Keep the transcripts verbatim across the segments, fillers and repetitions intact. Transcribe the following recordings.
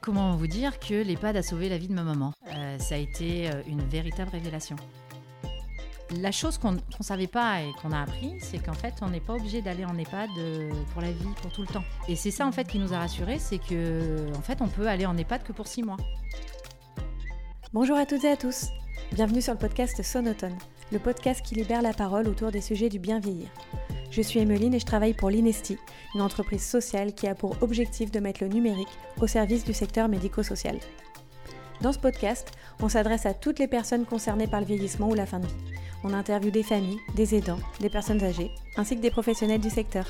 Comment vous dire que l'EHPAD a sauvé la vie de ma maman ? euh, Ça a été une véritable révélation. La chose qu'on ne savait pas et qu'on a appris, c'est qu'en fait, on n'est pas obligé d'aller en EHPAD pour la vie, pour tout le temps. Et c'est ça en fait qui nous a rassurés, c'est qu'en fait, on peut aller en EHPAD que pour six mois. Bonjour à toutes et à tous. Bienvenue sur le podcast Sonotone, le podcast qui libère la parole autour des sujets du bien vieillir. Je suis Emeline et je travaille pour l'Inesti, une entreprise sociale qui a pour objectif de mettre le numérique au service du secteur médico-social. Dans ce podcast, on s'adresse à toutes les personnes concernées par le vieillissement ou la fin de vie. On interviewe des familles, des aidants, des personnes âgées, ainsi que des professionnels du secteur.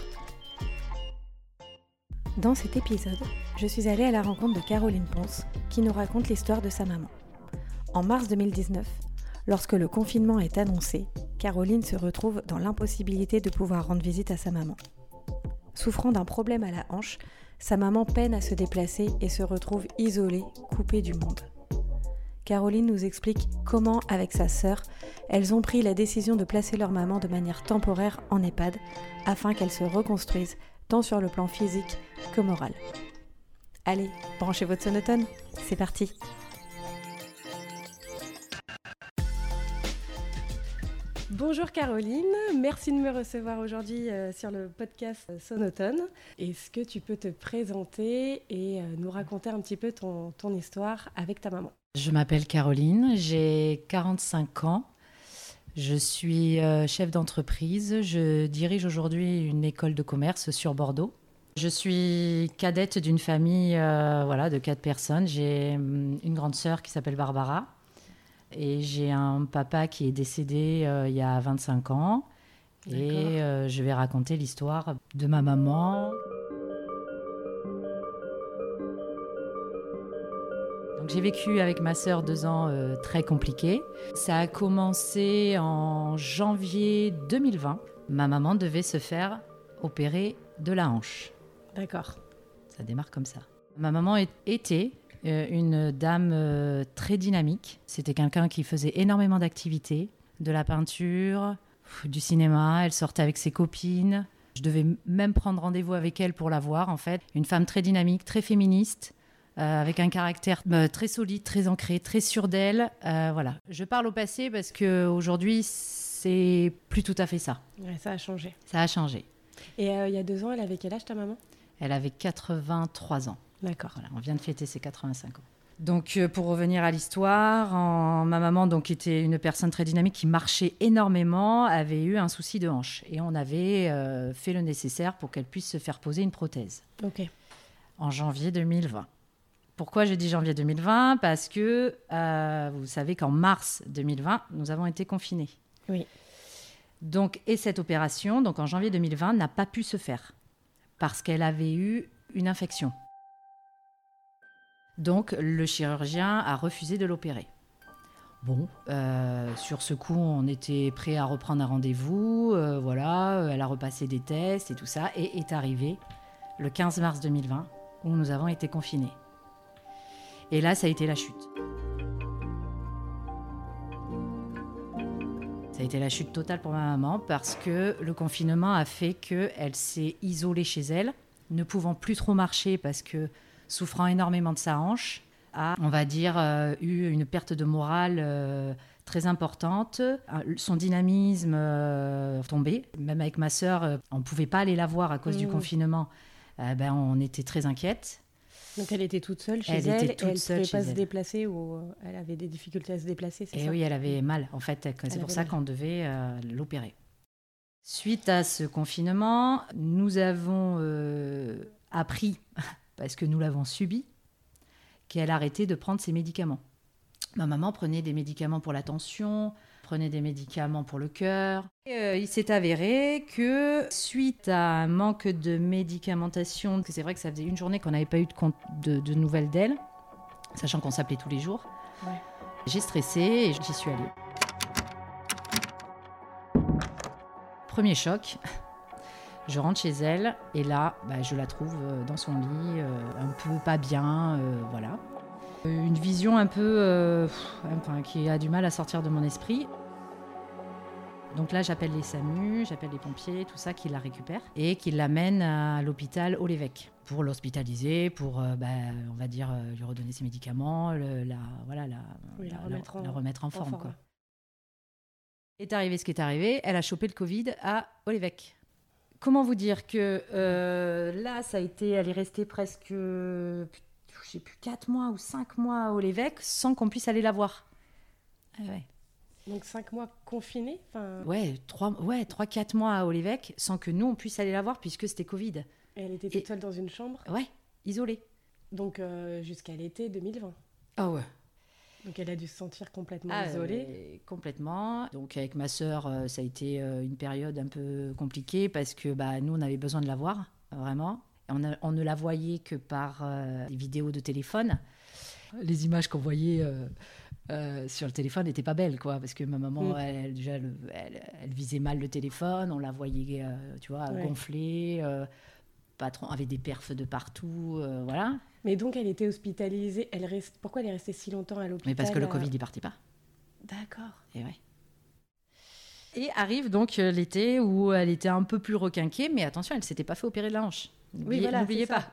Dans cet épisode, je suis allée à la rencontre de Caroline Ponce, qui nous raconte l'histoire de sa maman. En mars deux mille dix-neuf, lorsque le confinement est annoncé, Caroline se retrouve dans l'impossibilité de pouvoir rendre visite à sa maman. Souffrant d'un problème à la hanche, sa maman peine à se déplacer et se retrouve isolée, coupée du monde. Caroline nous explique comment, avec sa sœur, elles ont pris la décision de placer leur maman de manière temporaire en EHPAD afin qu'elle se reconstruise tant sur le plan physique que moral. Allez, branchez votre sonotone, c'est parti! Bonjour Caroline, merci de me recevoir aujourd'hui euh, sur le podcast Sonotone. Est-ce que tu peux te présenter et euh, nous raconter un petit peu ton, ton histoire avec ta maman ? Je m'appelle Caroline, j'ai quarante-cinq ans, je suis euh, chef d'entreprise, je dirige aujourd'hui une école de commerce sur Bordeaux. Je suis cadette d'une famille euh, voilà, de quatre personnes, j'ai une grande sœur qui s'appelle Barbara. Et j'ai un papa qui est décédé euh, il y a vingt-cinq ans. D'accord. Et euh, je vais raconter l'histoire de ma maman. Donc, j'ai vécu avec ma sœur deux ans euh, très compliqués. Ça a commencé en janvier deux mille vingt. Ma maman devait se faire opérer de la hanche. D'accord. Ça démarre comme ça. Ma maman était... une dame euh, très dynamique. C'était quelqu'un qui faisait énormément d'activités, de la peinture, du cinéma. Elle sortait avec ses copines. Je devais même prendre rendez-vous avec elle pour la voir, en fait. Une femme très dynamique, très féministe, euh, avec un caractère euh, très solide, très ancré, très sûr d'elle. Euh, voilà. Je parle au passé parce qu'aujourd'hui, c'est plus tout à fait ça. Ouais, ça a changé. Ça a changé. Et euh, il y a deux ans, elle avait quel âge, ta maman ? Elle avait quatre-vingt-trois ans. D'accord. Voilà, on vient de fêter ses quatre-vingt-cinq ans. Donc, euh, pour revenir à l'histoire, en... ma maman, donc, était une personne très dynamique qui marchait énormément, avait eu un souci de hanche. Et on avait euh, fait le nécessaire pour qu'elle puisse se faire poser une prothèse. Ok. En janvier deux mille vingt. Pourquoi je dis janvier deux mille vingt ? Parce que euh, vous savez qu'en mars deux mille vingt, nous avons été confinés. Oui. Donc, et cette opération, donc en janvier deux mille vingt, n'a pas pu se faire parce qu'elle avait eu une infection. Donc, le chirurgien a refusé de l'opérer. Bon, euh, sur ce coup, on était prêt à reprendre un rendez-vous. Euh, voilà, elle a repassé des tests et tout ça. Et est arrivé le quinze mars deux mille vingt, où nous avons été confinés. Et là, ça a été la chute. Ça a été la chute totale pour ma maman parce que le confinement a fait qu'elle s'est isolée chez elle, ne pouvant plus trop marcher parce que souffrant énormément de sa hanche, a, on va dire, euh, eu une perte de morale euh, très importante. Son dynamisme euh, tombé. Même avec ma sœur, euh, on ne pouvait pas aller la voir à cause mmh. du confinement. Euh, ben, on était très inquiètes. Donc elle était toute seule chez elle, elle, était toute et elle ne pouvait pas se elle. déplacer ou elle avait des difficultés à se déplacer, c'est et ça ? Oui, elle avait mal, en fait. C'est elle pour ça mal. Qu'on devait euh, l'opérer. Suite à ce confinement, nous avons euh, appris... parce que nous l'avons subi, qu'elle arrêtait de prendre ses médicaments. Ma maman prenait des médicaments pour la tension, prenait des médicaments pour le cœur. Et, euh, il s'est avéré que suite à un manque de médicamentation, parce que c'est vrai que ça faisait une journée qu'on n'avait pas eu de, compte, de, de nouvelles d'elle, sachant qu'on s'appelait tous les jours, ouais. J'ai stressé et j'y suis allée. Premier choc. Je rentre chez elle et là, bah, je la trouve dans son lit, euh, un peu pas bien, euh, voilà. Une vision un peu, euh, enfin, qui a du mal à sortir de mon esprit. Donc là, j'appelle les SAMU, j'appelle les pompiers, tout ça, qui la récupèrent et qui l'amènent à l'hôpital au Lévesque pour l'hospitaliser, pour, euh, bah, on va dire, euh, lui redonner ses médicaments, le, la, voilà, la, oui, la, la, remettre, la, en, la remettre en, en forme. forme. Quoi. Est arrivé ce qui est arrivé, elle a chopé le Covid à au Lévesque. Comment vous dire que euh, là, ça a été, elle est restée presque, je sais plus, quatre mois ou cinq mois au Lévesque sans qu'on puisse aller la voir. Ah ouais. Donc cinq mois confinés enfin... Ouais, trois, ouais, trois, quatre mois au Lévesque sans que nous, on puisse aller la voir puisque c'était Covid. Et elle était toute Et... seule dans une chambre ? Ouais, isolée. Donc euh, jusqu'à l'été deux mille vingt. Ah ouais. Donc elle a dû se sentir complètement ah, isolée. Euh, complètement. Donc avec ma sœur, euh, ça a été euh, une période un peu compliquée parce que bah, nous, on avait besoin de la voir, vraiment. On, a, on ne la voyait que par euh, des vidéos de téléphone. Les images qu'on voyait... Euh, Euh, sur le téléphone n'était pas belle, quoi, parce que ma maman, mmh. elle, elle, déjà, elle, elle, elle visait mal le téléphone, on la voyait, euh, tu vois, ouais. gonfler, euh, patron avait des perfs de partout, euh, voilà. Mais donc, elle était hospitalisée. Elle reste... Pourquoi elle est restée si longtemps à l'hôpital ? Mais parce que le Covid, il partait pas. D'accord. Et ouais. Et arrive donc euh, l'été où elle était un peu plus requinquée, mais attention, elle s'était pas fait opérer de la hanche. N'oubliez, oui, voilà, n'oubliez pas.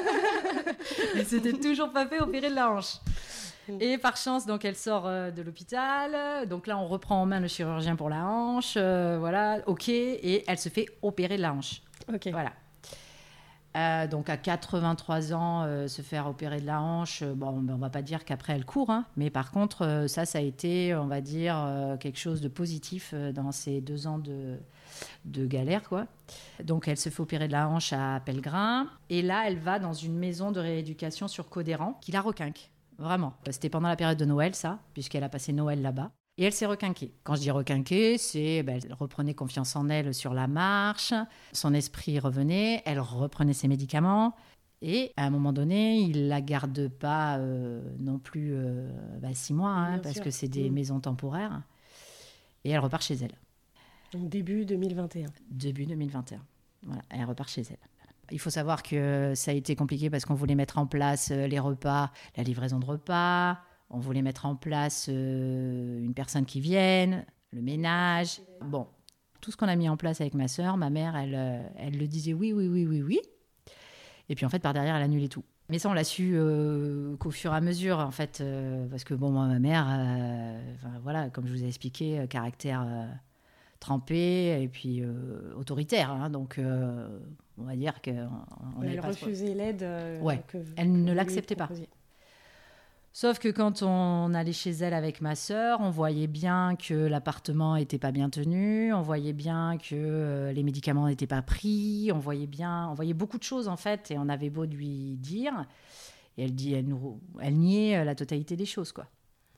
Elle s'était toujours pas fait opérer de la hanche. Et par chance, donc, elle sort euh, de l'hôpital. Donc là, on reprend en main le chirurgien pour la hanche. Euh, voilà, OK. Et elle se fait opérer de la hanche. OK. Voilà. Euh, donc à quatre-vingt-trois ans, euh, se faire opérer de la hanche, euh, bon, ben, on ne va pas dire qu'après elle court. Hein, mais par contre, euh, ça, ça a été, on va dire, euh, quelque chose de positif euh, dans ces deux ans de, de galère, quoi. Donc elle se fait opérer de la hanche à Pellegrin. Et là, elle va dans une maison de rééducation sur Codéran qui la requinque. Vraiment. C'était pendant la période de Noël, ça, puisqu'elle a passé Noël là-bas. Et elle s'est requinquée. Quand je dis requinquée, c'est ben, elle reprenait confiance en elle sur la marche, son esprit revenait, elle reprenait ses médicaments. Et à un moment donné, il ne la garde pas euh, non plus euh, ben, six mois, hein, parce sûr. que c'est des mmh. maisons temporaires. Et elle repart chez elle. Donc début deux mille vingt et un. Début deux mille vingt et un. Voilà, elle repart chez elle. Il faut savoir que ça a été compliqué parce qu'on voulait mettre en place les repas, la livraison de repas. On voulait mettre en place euh, une personne qui vienne, le ménage. Bon, tout ce qu'on a mis en place avec ma sœur, ma mère, elle, euh, elle le disait oui, oui, oui, oui, oui. Et puis en fait, par derrière, elle annulait tout. Mais ça, on l'a su euh, qu'au fur et à mesure, en fait, euh, parce que bon, moi, ma mère, euh, voilà, comme je vous ai expliqué, euh, caractère euh, trempé et puis euh, autoritaire. Hein, donc, euh, on va dire qu'on on Elle refusait trop... l'aide. Euh, ouais, que, elle que ne l'acceptait pas. Sauf que quand on allait chez elle avec ma sœur, on voyait bien que l'appartement n'était pas bien tenu, on voyait bien que euh, les médicaments n'étaient pas pris, on voyait bien, on voyait beaucoup de choses en fait, et on avait beau lui dire, et elle dit, elle, nous, elle niait la totalité des choses, quoi.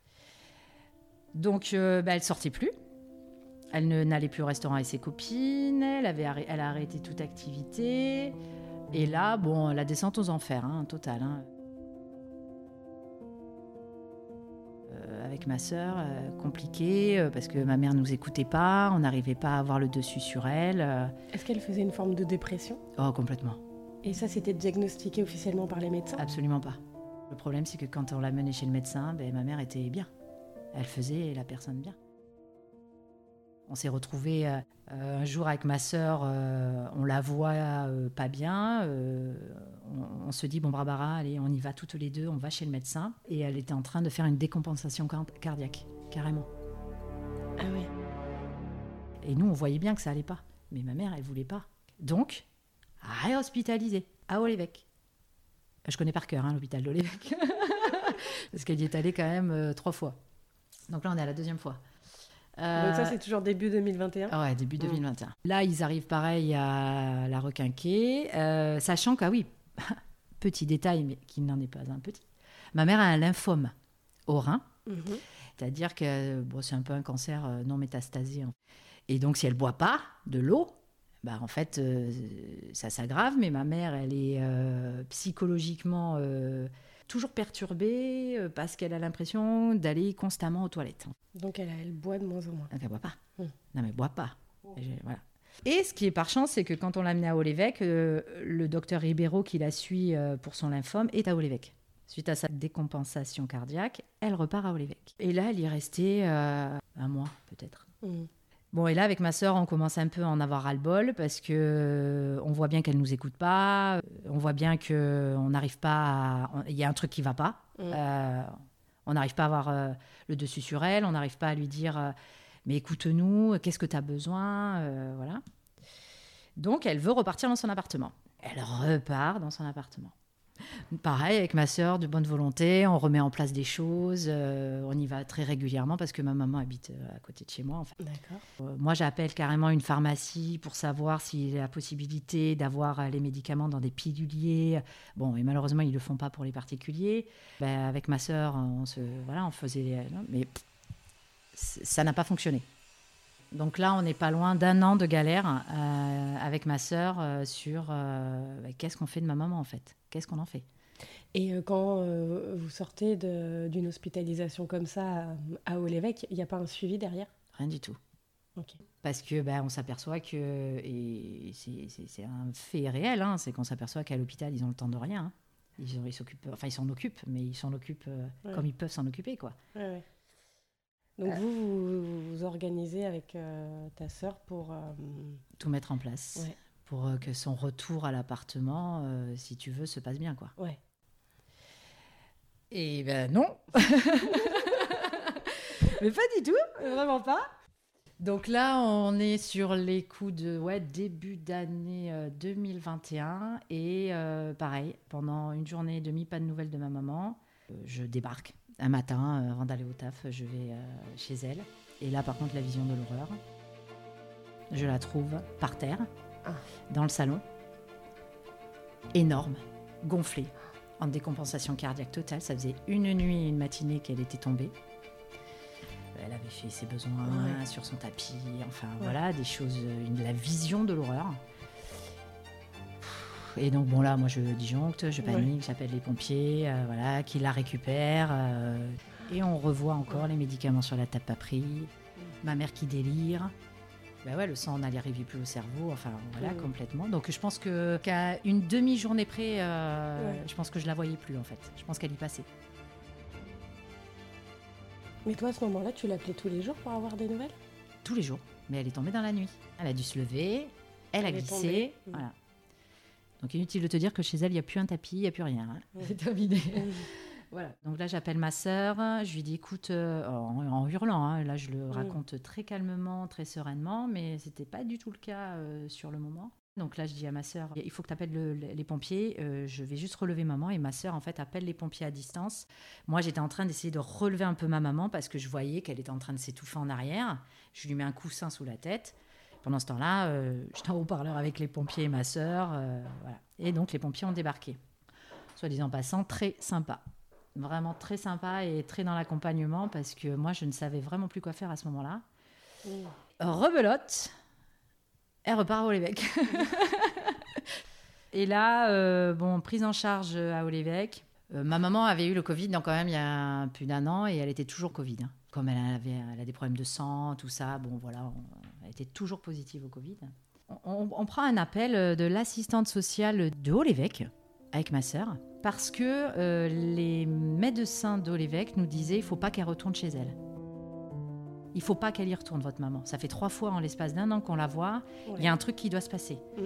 Donc, euh, bah, elle sortait plus, elle ne, n'allait plus au restaurant avec ses copines, elle avait, arrêt, elle a arrêté toute activité, et là, bon, la descente aux enfers, hein, totale, hein. Avec ma sœur, euh, compliqué, euh, parce que ma mère ne nous écoutait pas, on n'arrivait pas à avoir le dessus sur elle. Euh... Est-ce qu'elle faisait une forme de dépression ? Oh, complètement. Et ça, c'était diagnostiqué officiellement par les médecins ? Absolument pas. Le problème, c'est que quand on l'a menée chez le médecin, ben, ma mère était bien. Elle faisait la personne bien. On s'est retrouvés euh, un jour avec ma sœur, euh, on la voit euh, pas bien, euh, on, on se dit, bon Barbara, allez, on y va toutes les deux, on va chez le médecin. Et elle était en train de faire une décompensation cardiaque, carrément. Ah oui. Et nous, on voyait bien que ça allait pas. Mais ma mère, elle voulait pas. Donc, réhospitalisée à Olévesque. Je connais par cœur hein, l'hôpital d'Olévesque. Parce qu'elle y est allée quand même euh, trois fois. Donc là, on est à la deuxième fois. Euh... Donc ça, c'est toujours début deux mille vingt et un ? Ah ouais, début deux mille vingt et un. Mmh. Là, ils arrivent pareil à la requinquer, euh, sachant que, ah oui, petit détail, mais qui n'en est pas un petit, ma mère a un lymphome au rein, mmh. c'est-à-dire que bon, c'est un peu un cancer non métastasé. Hein. Et donc, si elle ne boit pas de l'eau, bah, en fait, euh, ça s'aggrave, mais ma mère, elle est euh, psychologiquement... Euh, toujours perturbée euh, parce qu'elle a l'impression d'aller constamment aux toilettes. Donc elle, elle boit de moins en moins. Donc elle boit pas. Mmh. Non mais elle boit pas. Mmh. Et, voilà. Et ce qui est par chance, c'est que quand on l'a amenée à Olévesque, euh, le docteur Ribeiro qui la suit euh, pour son lymphome est à Olévesque. Suite à sa décompensation cardiaque, elle repart à Olévesque. Et là, elle y est restée euh, un mois peut-être. Mmh. Bon, et là, avec ma sœur, on commence un peu à en avoir ras-le-bol parce qu'on euh, voit bien qu'elle ne nous écoute pas. On voit bien qu'on n'arrive pas à... Il y a un truc qui ne va pas. Mmh. Euh, on n'arrive pas à avoir euh, le dessus sur elle. On n'arrive pas à lui dire euh, « Mais écoute-nous, qu'est-ce que tu as besoin euh, ?» Voilà. Donc, elle veut repartir dans son appartement. Elle repart dans son appartement. Pareil, avec ma sœur, de bonne volonté, on remet en place des choses. Euh, on y va très régulièrement parce que ma maman habite à côté de chez moi. En fait. D'accord. Euh, moi, j'appelle carrément une pharmacie pour savoir s'il y a la possibilité d'avoir les médicaments dans des piluliers. Bon, et malheureusement, ils ne le font pas pour les particuliers. Ben, avec ma sœur, on, se, voilà, on faisait... Mais ça n'a pas fonctionné. Donc là, on n'est pas loin d'un an de galère euh, avec ma sœur euh, sur euh, bah, qu'est-ce qu'on fait de ma maman en fait, qu'est-ce qu'on en fait. Et euh, quand euh, vous sortez de, d'une hospitalisation comme ça à, à Haut-l'Évêque, il n'y a pas un suivi derrière ? Rien du tout. Okay. Parce que bah, on s'aperçoit que, et c'est, c'est, c'est un fait réel, hein, c'est qu'on s'aperçoit qu'à l'hôpital, ils ont le temps de rien. Hein. Ils, ils s'occupent, enfin ils s'en occupent, mais ils s'en occupent euh, ouais. comme ils peuvent s'en occuper, quoi. Ouais, ouais. Donc euh, vous, vous vous organisez avec euh, ta sœur pour... Euh... Tout mettre en place, ouais. pour euh, que son retour à l'appartement, euh, si tu veux, se passe bien, quoi. Ouais. Et ben non. Mais pas du tout, vraiment pas. Donc là, on est sur les coups de ouais, début d'année euh, deux mille vingt et un. Et euh, pareil, pendant une journée et demie, pas de nouvelles de ma maman. Euh, je débarque. Un matin, euh, avant d'aller au taf, je vais euh, chez elle. Et là, par contre, la vision de l'horreur. Je la trouve par terre, ah. dans le salon. Énorme, gonflée, en décompensation cardiaque totale. Ça faisait une nuit et une matinée qu'elle était tombée. Elle avait fait ses besoins ouais. sur son tapis. Enfin, ouais. voilà, des choses... Une, la vision de l'horreur. Et donc, bon, là, moi, je disjoncte, je panique, ouais. j'appelle les pompiers, euh, voilà, qui la récupèrent. Euh, et on revoit encore ouais. les médicaments sur la table pas pris. Mmh. Ma mère qui délire. Ben ouais, le sang n'allait arriver plus au cerveau, enfin, voilà, mmh. complètement. Donc, je pense que, qu'à une demi-journée près, euh, ouais. je pense que je la voyais plus, en fait. Je pense qu'elle y passait. Mais toi, à ce moment-là, tu l'appelais tous les jours pour avoir des nouvelles ? Tous les jours. Mais elle est tombée dans la nuit. Elle a dû se lever, elle, elle a glissé, mmh. voilà. Donc, inutile de te dire que chez elle, il n'y a plus un tapis, il n'y a plus rien. Hein. Mmh. C'est terminé. Mmh. Voilà. Donc là, j'appelle ma sœur. Je lui dis, écoute, euh, en, en hurlant, hein, là, je le mmh. raconte très calmement, très sereinement, mais ce n'était pas du tout le cas euh, sur le moment. Donc là, je dis à ma sœur, il faut que tu appelles le, les pompiers. Euh, je vais juste relever maman. Et ma sœur, en fait, appelle les pompiers à distance. Moi, j'étais en train d'essayer de relever un peu ma maman parce que je voyais qu'elle était en train de s'étouffer en arrière. Je lui mets un coussin sous la tête. Pendant ce temps-là, euh, j'étais en haut-parleur avec les pompiers et ma sœur. Euh, voilà. Et donc, les pompiers ont débarqué. Soit disant passant, très sympa. Vraiment très sympa et très dans l'accompagnement parce que moi, je ne savais vraiment plus quoi faire à ce moment-là. Mmh. Rebelote, elle repart à Haut-l'Évêque. Et là, euh, bon, prise en charge à Haut-l'Évêque. Euh, ma maman avait eu le Covid, donc quand même, il y a plus d'un an, et elle était toujours Covid. Hein. Comme elle, avait, elle a des problèmes de sang, tout ça, bon, voilà, on, elle était toujours positive au Covid. On, on, on prend un appel de l'assistante sociale de Haut-l'Évêque, avec ma sœur, parce que euh, les médecins de Haut-l'Évêque nous disaient qu'il ne faut pas qu'elle retourne chez elle. Il ne faut pas qu'elle y retourne, votre maman. Ça fait trois fois en l'espace d'un an qu'on la voit. Il ouais. y a un truc qui doit se passer. Mm.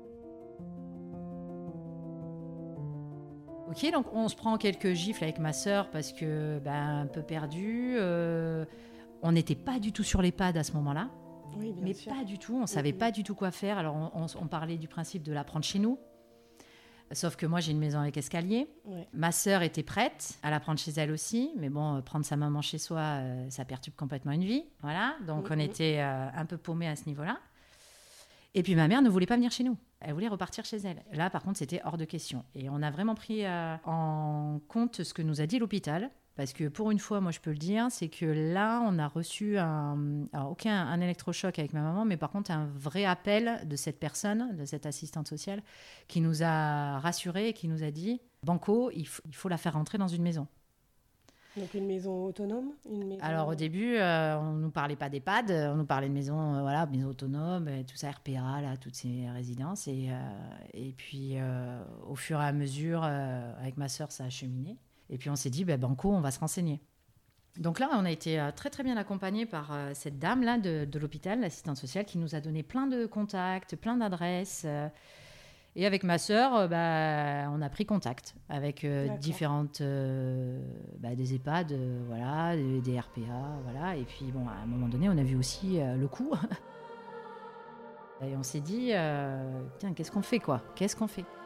Ok, donc on se prend quelques gifles avec ma sœur parce que, ben, un peu perdue. Euh, on n'était pas du tout sur l'EHPAD à ce moment-là. Oui, bien mais sûr. pas du tout. On ne savait mm-hmm. pas du tout quoi faire. Alors, on, on, on parlait du principe de la prendre chez nous. Sauf que moi, j'ai une maison avec escalier. Ouais. Ma sœur était prête à la prendre chez elle aussi. Mais bon, prendre sa maman chez soi, euh, ça perturbe complètement une vie. Voilà. Donc, mm-hmm. on était euh, un peu paumés à ce niveau-là. Et puis, ma mère ne voulait pas venir chez nous. Elle voulait repartir chez elle. Là, par contre, c'était hors de question. Et on a vraiment pris euh, en compte ce que nous a dit l'hôpital. Parce que pour une fois, moi, je peux le dire, c'est que là, on a reçu un, alors, aucun un électrochoc avec ma maman, mais par contre, un vrai appel de cette personne, de cette assistante sociale, qui nous a rassurés et qui nous a dit « Banco, il faut, il faut la faire rentrer dans une maison ». Donc une maison autonome une maison... Alors au début, euh, on ne nous parlait pas d'EHPAD, on nous parlait de maison, euh, voilà, maison autonome, tout ça, R P A, là, toutes ces résidences. Et, euh, et puis, euh, au fur et à mesure, euh, avec ma sœur, ça a cheminé. Et puis on s'est dit, bah, banco, on va se renseigner. Donc là, on a été euh, très très bien accompagnés par euh, cette dame-là de, de l'hôpital, l'assistante sociale, qui nous a donné plein de contacts, plein d'adresses. Euh, et avec ma sœur, euh, bah, on a pris contact avec euh, différentes euh, bah, des EHPAD, euh, voilà, des, des R P A, voilà. Et puis bon, à un moment donné, on a vu aussi euh, le coût. Et on s'est dit, euh, tiens, qu'est-ce qu'on fait quoi Qu'est-ce qu'on fait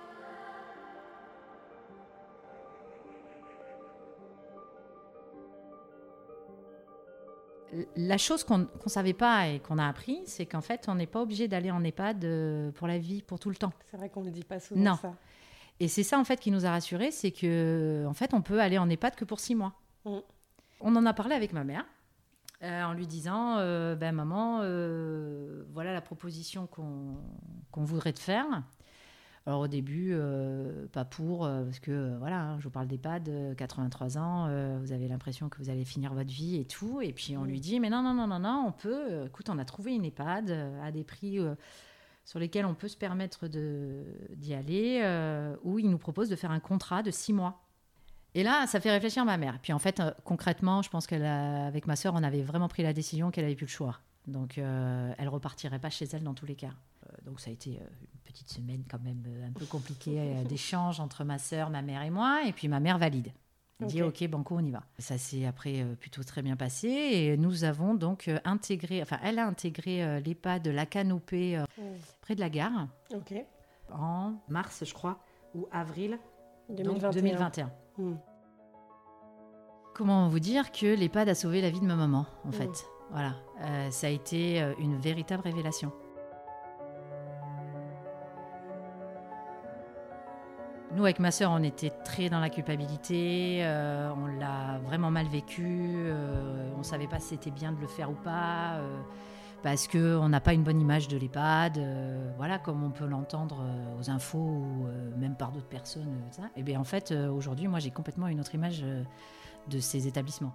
La chose qu'on ne savait pas et qu'on a appris, c'est qu'en fait, on n'est pas obligé d'aller en EHPAD pour la vie, pour tout le temps. C'est vrai qu'on ne le dit pas souvent, non. ça. Et c'est ça, en fait, qui nous a rassurés, c'est qu'en en fait, on peut aller en EHPAD que pour six mois. Mm. On en a parlé avec ma mère, euh, en lui disant, euh, ben maman, euh, voilà la proposition qu'on qu'on voudrait te faire. Alors au début, euh, pas pour, euh, parce que euh, voilà, hein, je vous parle d'EHPAD, euh, quatre-vingt-trois ans, euh, vous avez l'impression que vous allez finir votre vie et tout. Et puis on mmh. lui dit, mais non, non, non, non, non, on peut, euh, écoute, on a trouvé une EHPAD euh, à des prix euh, sur lesquels on peut se permettre de, d'y aller, euh, où il nous propose de faire un contrat de six mois. Et là, ça fait réfléchir ma mère. Puis en fait, euh, concrètement, je pense qu'avec ma sœur, on avait vraiment pris la décision qu'elle n'avait plus le choix. Donc euh, elle repartirait pas chez elle dans tous les cas. Euh, donc ça a été euh, une petite semaine quand même euh, un peu compliquée euh, d'échange entre ma sœur, ma mère et moi. Et puis ma mère valide. Elle okay. dit ok, banco, on y va. Ça s'est après euh, plutôt très bien passé. Et nous avons donc euh, intégré, enfin elle a intégré euh, l'EHPAD de la Canopée euh, mmh. près de la gare. Okay. En mars, je crois, ou avril deux mille vingt et un. Donc, deux mille vingt et un. Mmh. Comment vous dire que l'EHPAD a sauvé la vie de ma maman, en mmh. fait. Voilà, euh, ça a été euh, une véritable révélation. Nous, avec ma sœur, on était très dans la culpabilité, euh, on l'a vraiment mal vécu, euh, on ne savait pas si c'était bien de le faire ou pas, euh, parce qu'on n'a pas une bonne image de l'EHPAD, euh, voilà, comme on peut l'entendre euh, aux infos ou euh, même par d'autres personnes. Euh, ça. Et bien en fait, euh, aujourd'hui, moi, j'ai complètement une autre image euh, de ces établissements.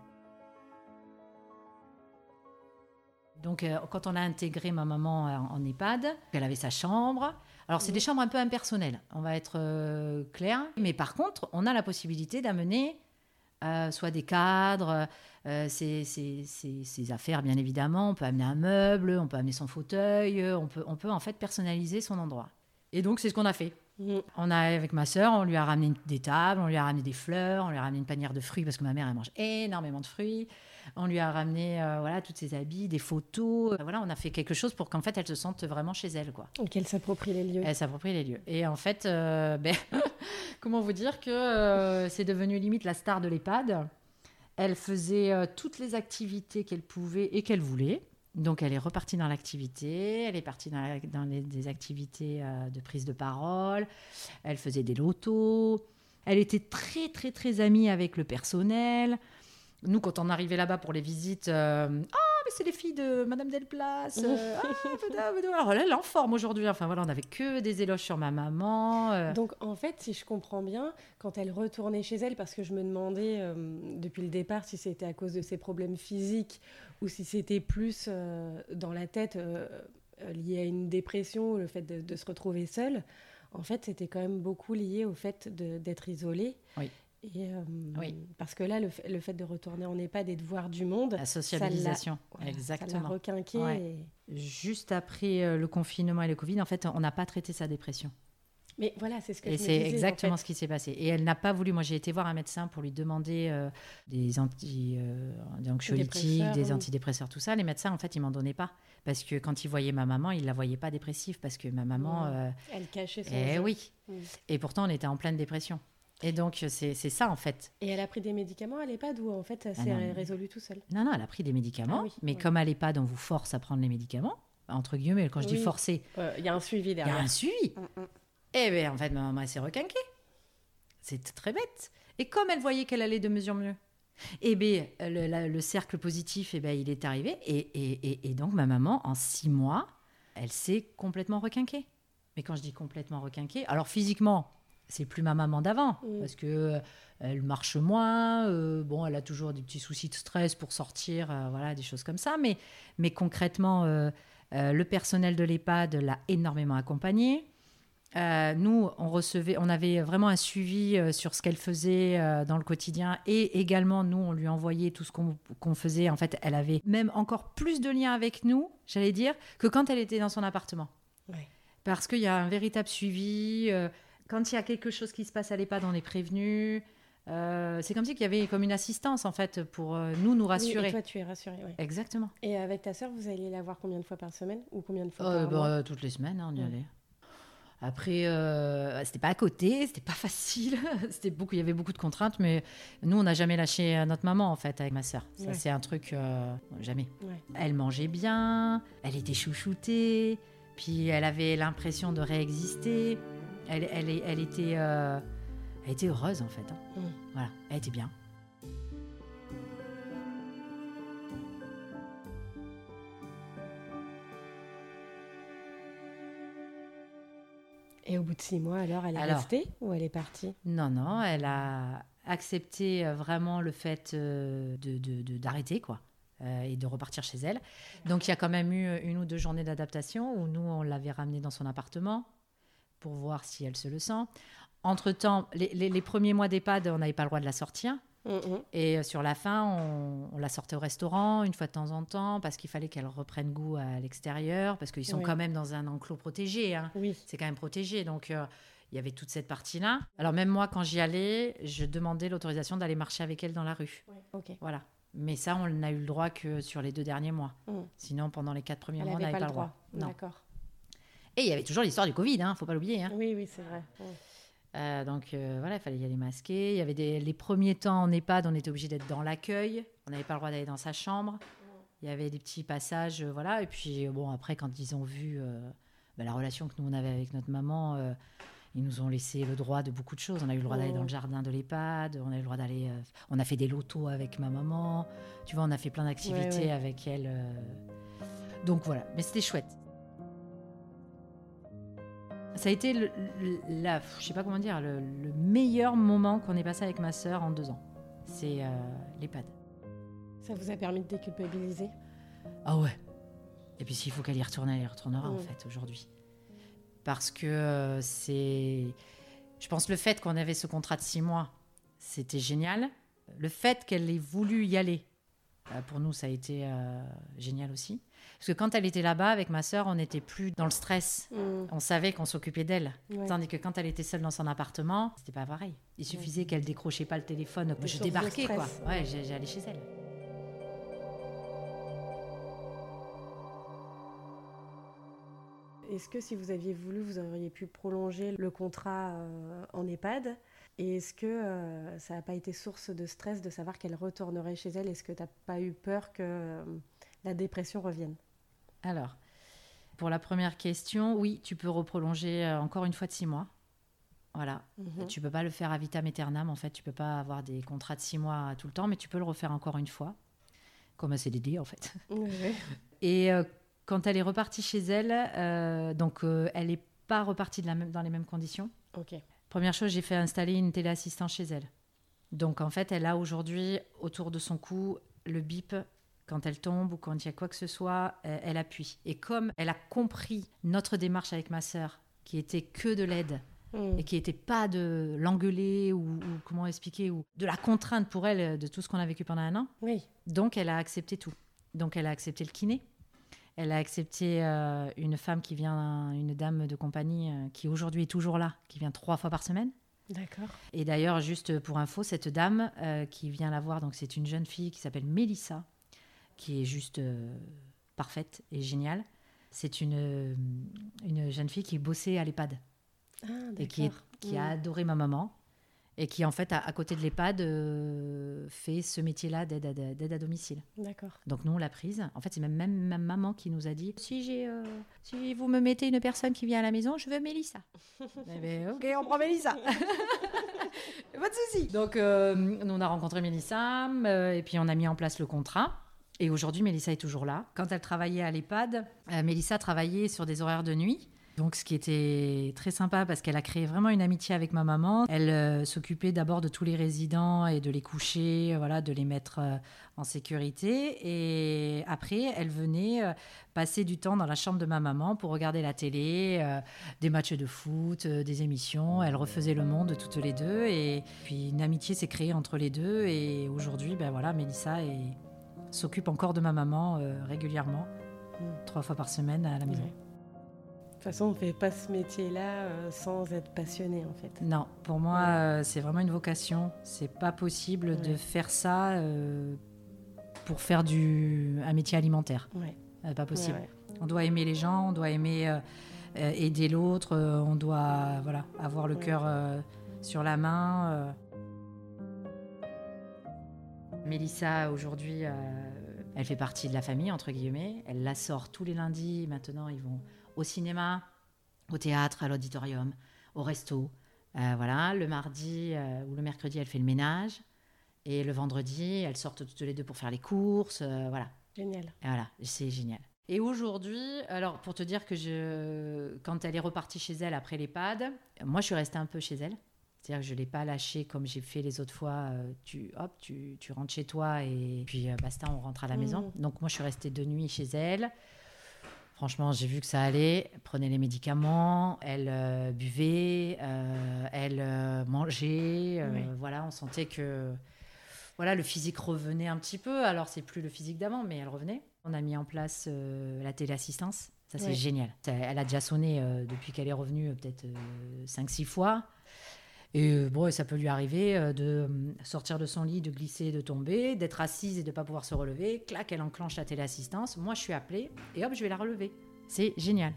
Donc, euh, quand on a intégré ma maman en, en EHPAD, elle avait sa chambre. Alors, c'est mmh. des chambres un peu impersonnelles, on va être euh, clair. Mais par contre, on a la possibilité d'amener euh, soit des cadres, euh, ses, ses, ses, ses affaires, bien évidemment. On peut amener un meuble, on peut amener son fauteuil. On peut, on peut en fait personnaliser son endroit. Et donc, c'est ce qu'on a fait. Mmh. On a, avec ma sœur, on lui a ramené des tables, on lui a ramené des fleurs, on lui a ramené une panière de fruits parce que ma mère, elle mange énormément de fruits. On lui a ramené euh, voilà, tous ses habits, des photos. Voilà, on a fait quelque chose pour qu'en fait, elle se sente vraiment chez elle, quoi. Et qu'elle s'approprie les lieux. Elle s'approprie les lieux. Et en fait, euh, ben, comment vous dire que euh, c'est devenu limite la star de l'EHPAD. Elle faisait euh, toutes les activités qu'elle pouvait et qu'elle voulait. Donc, elle est repartie dans l'activité. Elle est partie dans, la, dans les, des activités euh, de prise de parole. Elle faisait des lotos. Elle était très, très, très amie avec le personnel. Nous, quand on arrivait là-bas pour les visites, euh, ah, mais c'est les filles de Madame Delplace. Euh, ah, alors là, elle est en forme aujourd'hui. Enfin voilà, on n'avait que des éloges sur ma maman. Euh. Donc en fait, si je comprends bien, quand elle retournait chez elle, parce que je me demandais euh, depuis le départ si c'était à cause de ses problèmes physiques ou si c'était plus euh, dans la tête euh, lié à une dépression, le fait de, de se retrouver seule. En fait, c'était quand même beaucoup lié au fait de, d'être isolée. Oui. Et euh, oui. Parce que là, le fait, le fait de retourner en EHPAD et de voir du monde... La sociabilisation, ça l'a, exactement. Ça l'a requinqué. Ouais. Et... Juste après euh, le confinement et le Covid, en fait, on n'a pas traité sa dépression. Mais voilà, c'est ce que et je me c'est disais, exactement en fait. ce qui s'est passé. Et elle n'a pas voulu... Moi, j'ai été voir un médecin pour lui demander euh, des, anti, euh, des anxiolytiques, des oui. antidépresseurs, tout ça. Les médecins, en fait, ils m'en donnaient pas. Parce que quand ils voyaient ma maman, ils ne la voyaient pas dépressive. Parce que ma maman... Mmh. Euh, elle cachait son Eh jeu. oui. Mmh. Et pourtant, on était en pleine dépression. Et donc, c'est, c'est ça, en fait. Et elle a pris des médicaments à l'EHPAD ou en fait, ça s'est ah résolu tout seul? Non, non, elle a pris des médicaments. Ah oui, mais ouais. comme à l'EHPAD, on vous force à prendre les médicaments, entre guillemets, quand je oui. dis forcer... Il euh, y a un suivi derrière. Il y a un suivi. Mm, mm. Et bien, en fait, ma maman, elle s'est requinquée. C'est très bête. Et comme elle voyait qu'elle allait de mesure mieux, et bien, le, la, le cercle positif, et ben, il est arrivé. Et, et, et, et donc, ma maman, en six mois, elle s'est complètement requinquée. Mais quand je dis complètement requinquée, alors physiquement... C'est plus ma maman d'avant, mmh. parce qu'elle euh, marche moins, euh, bon, elle a toujours des petits soucis de stress pour sortir, euh, voilà, des choses comme ça. Mais, mais concrètement, euh, euh, le personnel de l'EHPAD l'a énormément accompagnée. Euh, nous, on recevait, on avait vraiment un suivi euh, sur ce qu'elle faisait euh, dans le quotidien et également, nous, on lui envoyait tout ce qu'on, qu'on faisait. En fait, elle avait même encore plus de liens avec nous, j'allais dire, que quand elle était dans son appartement. Ouais. Parce qu'il y a un véritable suivi. Euh, quand il y a quelque chose qui se passe à l'EHPAD, on est prévenu. Euh, c'est comme si il y avait comme une assistance, en fait, pour euh, nous, nous rassurer. Oui, et toi, tu es rassurée, oui. Exactement. Et avec ta sœur, vous alliez la voir combien de fois par semaine ou combien de fois Euh, par bah, mois? euh, toutes les semaines, hein, on y Ouais. allait. Après, euh, c'était pas à côté, c'était pas facile. C'était beaucoup, il y avait beaucoup de contraintes, mais nous, on n'a jamais lâché notre maman, en fait, avec ma sœur. Ça, Ouais. c'est un truc, euh, jamais. Ouais. Elle mangeait bien, elle était chouchoutée, puis elle avait l'impression de réexister. Elle, elle, elle, était, euh, elle était heureuse, en fait. Hein. Mm. Voilà, elle était bien. Et au bout de six mois, alors, elle est Alors, restée ou elle est partie? Non, non, elle a accepté euh, vraiment le fait euh, de, de, de- d'arrêter, quoi, euh, et de repartir chez elle. Donc, il y a quand même eu une ou deux journées d'adaptation où nous, on l'avait ramenée dans son appartement pour voir si elle se le sent. Entre-temps, les, les- les premiers mois d'EHPAD, on n'avait pas le droit de la sortir. Mm-hmm. Et euh, sur la fin, on, on la sortait au restaurant une fois de temps en temps parce qu'il fallait qu'elle reprenne goût à l'extérieur, parce qu'ils sont Oui. quand même dans un enclos protégé, hein. Oui. C'est quand même protégé. Donc, euh, il y avait toute cette partie-là. Alors, même moi, quand j'y allais, je demandais l'autorisation d'aller marcher avec elle dans la rue. Ouais. Ok. Voilà. Mais ça, on n'a eu le droit que sur les deux derniers mois. Mm. Sinon, pendant les quatre premiers Elle mois, on n'avait n'avait pas, pas, le le droit. droit. Non. D'accord. Et il y avait toujours l'histoire du Covid, hein, faut pas l'oublier. Hein. Oui, oui, c'est vrai. Mm. Euh, donc euh, voilà, il fallait y aller masqué. Il y avait des, les premiers temps en EHPAD, on était obligé d'être dans l'accueil. On n'avait pas le droit d'aller dans sa chambre. Il y avait des petits passages, euh, voilà. Et puis bon, après, quand ils ont vu euh, bah, la relation que nous on avait avec notre maman, euh, ils nous ont laissé le droit de beaucoup de choses. On a eu le droit d'aller dans le jardin de l'EHPAD. On a eu le droit d'aller. Euh, on a fait des lotos avec ma maman. Tu vois, on a fait plein d'activités Ouais, ouais. avec elle. euh. Donc voilà, mais c'était chouette. Ça a été le, le- la, je sais pas comment dire, le, le meilleur moment qu'on ait passé avec ma sœur en deux ans. C'est euh, l'EHPAD. Ça vous a permis de déculpabiliser? Ah ouais. Et puis s'il faut qu'elle y retourne, elle y retournera Mm. en fait aujourd'hui. Parce que euh, c'est, je pense le fait qu'on avait ce contrat de six mois, c'était génial. Le fait qu'elle ait voulu y aller, euh, pour nous ça a été euh, génial aussi. Parce que quand elle était là-bas avec ma sœur, on n'était plus dans le stress. Mm. On savait qu'on s'occupait d'elle. Ouais. Tandis que quand elle était seule dans son appartement, c'était pas pareil. Il suffisait Ouais. qu'elle décrochait pas le téléphone. Des Je sources de débarquais, quoi. stress. Ouais, j'ai- j'allais chez elle. Est-ce que si vous aviez voulu, vous auriez pu prolonger le contrat euh, en EHPAD? Et est-ce que euh, ça n'a pas été source de stress de savoir qu'elle retournerait chez elle? Est-ce que tu n'as pas eu peur que euh, la dépression revienne? Alors, pour la première question, oui, tu peux reprolonger euh, encore une fois de six mois. Voilà. Mhm. Tu peux pas le faire à vitam aeternam, en fait. Tu peux pas avoir des contrats de six mois tout le temps, mais tu peux le refaire encore une fois. Comme un C D D, en fait. Ouais, ouais. Et euh, quand elle est repartie chez elle, euh, donc euh, elle n'est pas repartie de la même, dans les mêmes conditions. Ok. Première chose, j'ai fait installer une téléassistance chez elle. Donc en fait, elle a aujourd'hui autour de son cou le bip. Quand elle tombe ou quand il y a quoi que ce soit, elle, elle appuie. Et comme elle a compris notre démarche avec ma sœur, qui était que de l'aide Mm. et qui n'était pas de l'engueuler ou, ou comment expliquer, ou de la contrainte pour elle de tout ce qu'on a vécu pendant un an, Oui. donc elle a accepté tout. Donc elle a accepté le kiné. Elle a accepté euh, une femme qui vient, une dame de compagnie euh, qui aujourd'hui est toujours là, qui vient trois fois par semaine. D'accord. Et d'ailleurs, juste pour info, cette dame euh, qui vient la voir, donc c'est une jeune fille qui s'appelle Mélissa, qui est juste euh, parfaite et géniale. C'est une, euh, une jeune fille qui bossait à l'EHPAD Ah, et qui, est- d'accord. qui Mm. a adoré ma maman et qui, en fait, à, à côté de l'EHPAD, euh, fait ce métier-là d'aide à, d'aide à domicile. D'accord. Donc nous, on l'a prise. En fait, c'est même, même ma maman qui nous a dit, si, j'ai, euh, si vous me mettez une personne qui vient à la maison, je veux Mélissa. Eh ben, ok, on prend Mélissa. Pas de souci. Donc, euh, nous, on a rencontré Mélissa euh, et puis on a mis en place le contrat. Et aujourd'hui, Mélissa est toujours là. Quand elle travaillait à l'EHPAD, euh, Mélissa travaillait sur des horaires de nuit. Donc, ce qui était très sympa, parce qu'elle a créé vraiment une amitié avec ma maman. Elle euh, s'occupait d'abord de tous les résidents et de les coucher, euh, voilà, de les mettre euh, en sécurité. Et après, elle venait euh, passer du temps dans la chambre de ma maman pour regarder la télé, euh, des matchs de foot, euh, des émissions. Elle refaisait le monde toutes les deux. Et puis, une amitié s'est créée entre les deux. Et aujourd'hui, ben voilà, Mélissa est... s'occupe encore de ma maman euh, régulièrement, mmh. trois fois par semaine à la maison. Ouais. De toute façon, on ne fait pas ce métier-là euh, sans être passionné, en fait. Non, pour moi, ouais. euh, c'est vraiment une vocation. C'est pas possible ouais. de faire ça euh, pour faire du, un métier alimentaire. Ouais. Euh, pas possible. Ouais, ouais. On doit aimer les gens, on doit aimer euh, euh, aider l'autre, euh, on doit voilà, avoir le ouais. cœur euh, sur la main. Euh. Mélissa, aujourd'hui, euh, elle fait partie de la famille, entre guillemets. Elle la sort tous les lundis. Maintenant, ils vont au cinéma, au théâtre, à l'auditorium, au resto. Euh, voilà. Le mardi euh, ou le mercredi, elle fait le ménage. Et le vendredi, elles sortent toutes les deux pour faire les courses. Euh, voilà. Génial. Et voilà, c'est génial. Et aujourd'hui, alors pour te dire que je, quand elle est repartie chez elle après l'EHPAD, moi, je suis restée un peu chez elle. C'est-à-dire que je ne l'ai pas lâchée comme j'ai fait les autres fois. Tu, hop, tu, tu rentres chez toi et puis basta, on rentre à la mmh. maison. Donc moi, je suis restée deux nuits chez elle. Franchement, j'ai vu que ça allait. Elle prenait les médicaments, elle euh, buvait, euh, elle euh, mangeait. Euh, oui. Voilà, on sentait que voilà, le physique revenait un petit peu. Alors, c'est plus le physique d'avant, mais elle revenait. On a mis en place euh, la téléassistance. Ça, c'est oui. génial. Elle a déjà sonné euh, depuis qu'elle est revenue euh, peut-être euh, cinq six fois. Et bon, ça peut lui arriver euh, de sortir de son lit, de glisser, de tomber, d'être assise et de ne pas pouvoir se relever. Clac, elle enclenche la téléassistance. Moi, je suis appelée et hop, je vais la relever. C'est génial.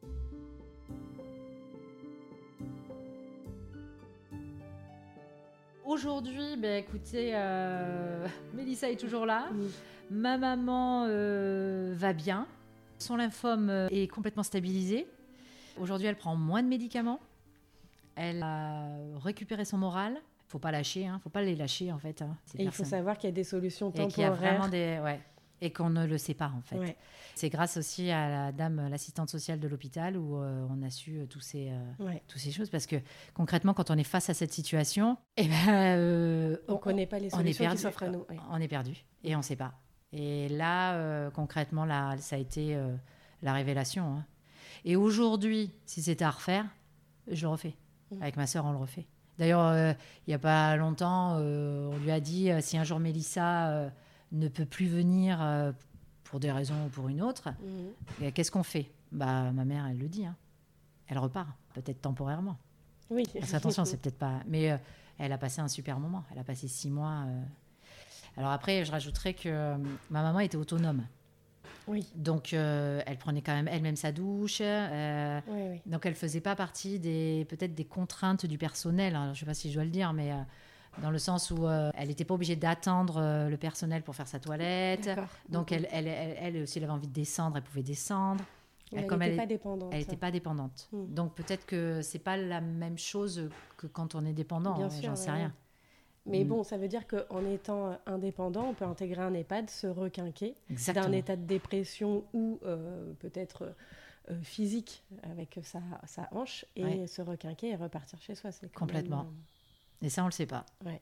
Aujourd'hui, ben, écoutez, euh, Mélissa est toujours là. Mmh. Ma maman euh, va bien. Son lymphome est complètement stabilisé. Aujourd'hui, elle prend moins de médicaments. Elle a récupéré son moral. Il ne faut pas lâcher, il hein. ne faut pas les lâcher en fait. Hein, et il faut savoir qu'il y a des solutions temporaires. Et qu'il y a vraiment des... Ouais. Et qu'on ne le sait pas en fait. Ouais. C'est grâce aussi à la dame, l'assistante sociale de l'hôpital, où euh, on a su euh, tous ces, euh, ouais. toutes ces choses. Parce que concrètement, quand on est face à cette situation, eh ben, euh, on ne connaît pas les solutions perdu, qui s'offrent à nous. Ouais. On est perdu et on ne sait pas. Et là, euh, concrètement, là, ça a été euh, la révélation. Hein. Et aujourd'hui, si c'était à refaire, je le refais. Mmh. Avec ma sœur, on le refait. D'ailleurs, euh, il n'y a pas longtemps, euh, on lui a dit, euh, si un jour Mélissa euh, ne peut plus venir euh, pour des raisons ou pour une autre, mmh. et qu'est-ce qu'on fait ? Bah, ma mère, elle le dit. Hein. Elle repart, peut-être temporairement. Oui. Parce attention, c'est peut-être pas... Mais euh, elle a passé un super moment. Elle a passé six mois... Euh... Alors après, je rajouterais que euh, ma maman était autonome. Oui. Donc, euh, elle prenait quand même elle-même sa douche. Euh, oui, oui. Donc, elle ne faisait pas partie des, peut-être des contraintes du personnel. Alors, je ne sais pas si je dois le dire, mais euh, dans le sens où euh, elle n'était pas obligée d'attendre euh, le personnel pour faire sa toilette. D'accord. Donc, elle, elle, elle, elle aussi, elle avait envie de descendre, elle pouvait descendre. Elle n'était pas dépendante. Elle n'était pas dépendante. Mm. Donc, peut-être que ce n'est pas la même chose que quand on est dépendant. Bien hein, sûr, j'en ouais, sais rien. Ouais. Mais bon, ça veut dire qu'en étant indépendant, on peut intégrer un EHPAD, se requinquer Exactement. D'un état de dépression ou euh, peut-être euh, physique avec sa, sa hanche et ouais. se requinquer et repartir chez soi. C'est complètement. Même... Et ça, on ne le sait pas. Ouais.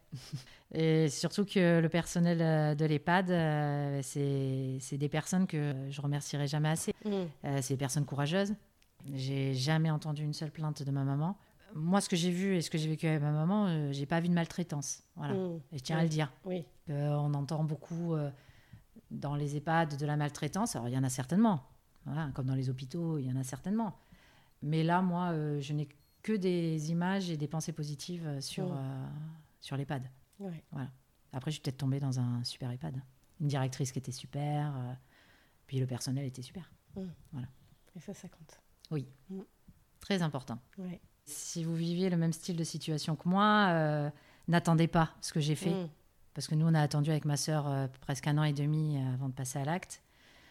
Et surtout que le personnel de l'EHPAD, euh, c'est, c'est des personnes que je ne remercierai jamais assez. Mmh. Euh, c'est des personnes courageuses. Je n'ai jamais entendu une seule plainte de ma maman. Moi, ce que j'ai vu et ce que j'ai vécu avec ma maman, euh, j'ai pas vu de maltraitance. Voilà. Mmh. Et je tiens oui. à le dire. Oui. Euh, on entend beaucoup euh, dans les EHPAD de la maltraitance. Alors, il y en a certainement. Voilà, comme dans les hôpitaux, il y en a certainement. Mais là, moi, euh, je n'ai que des images et des pensées positives sur, mmh. euh, sur l'EHPAD. Ouais. Voilà. Après, je suis peut-être tombée dans un super EHPAD. Une directrice qui était super. Euh, puis le personnel était super. Mmh. Voilà. Et ça, ça compte. Oui. Mmh. Très important. Ouais. Si vous viviez le même style de situation que moi, euh, n'attendez pas ce que j'ai fait. Mmh. Parce que nous, on a attendu avec ma sœur euh, presque un an et demi euh, avant de passer à l'acte.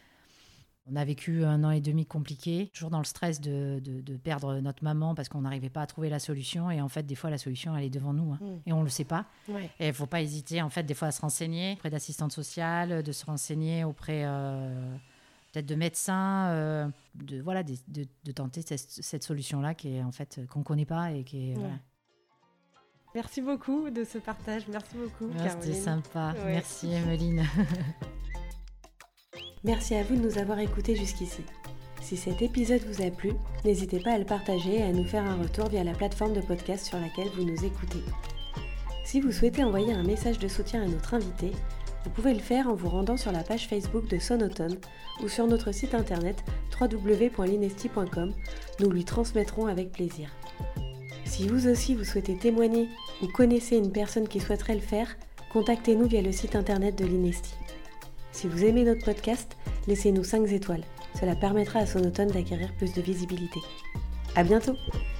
On a vécu un an et demi compliqué, toujours dans le stress de, de, de perdre notre maman parce qu'on n'arrivait pas à trouver la solution. Et en fait, des fois, la solution, elle est devant nous. Hein, mmh. Et on ne le sait pas. Ouais. Et il ne faut pas hésiter, en fait, des fois, à se renseigner auprès d'assistantes sociales, de se renseigner auprès... Euh, peut-être de médecins, euh, de, voilà, de, de, de tenter cette, cette solution-là qui est, en fait, qu'on ne connaît pas et qui est... Ouais. Voilà. Merci beaucoup de ce partage. Merci beaucoup, ouais, Caroline. C'était sympa. Ouais. Merci, Emeline. Merci à vous de nous avoir écoutés jusqu'ici. Si cet épisode vous a plu, n'hésitez pas à le partager et à nous faire un retour via la plateforme de podcast sur laquelle vous nous écoutez. Si vous souhaitez envoyer un message de soutien à notre invité, vous pouvez le faire en vous rendant sur la page Facebook de Sonotone ou sur notre site internet w w w point l'inesti point com. Nous lui transmettrons avec plaisir. Si vous aussi vous souhaitez témoigner ou connaissez une personne qui souhaiterait le faire, contactez-nous via le site internet de l'Inesti. Si vous aimez notre podcast, laissez-nous cinq étoiles. Cela permettra à Sonotone d'acquérir plus de visibilité. À bientôt!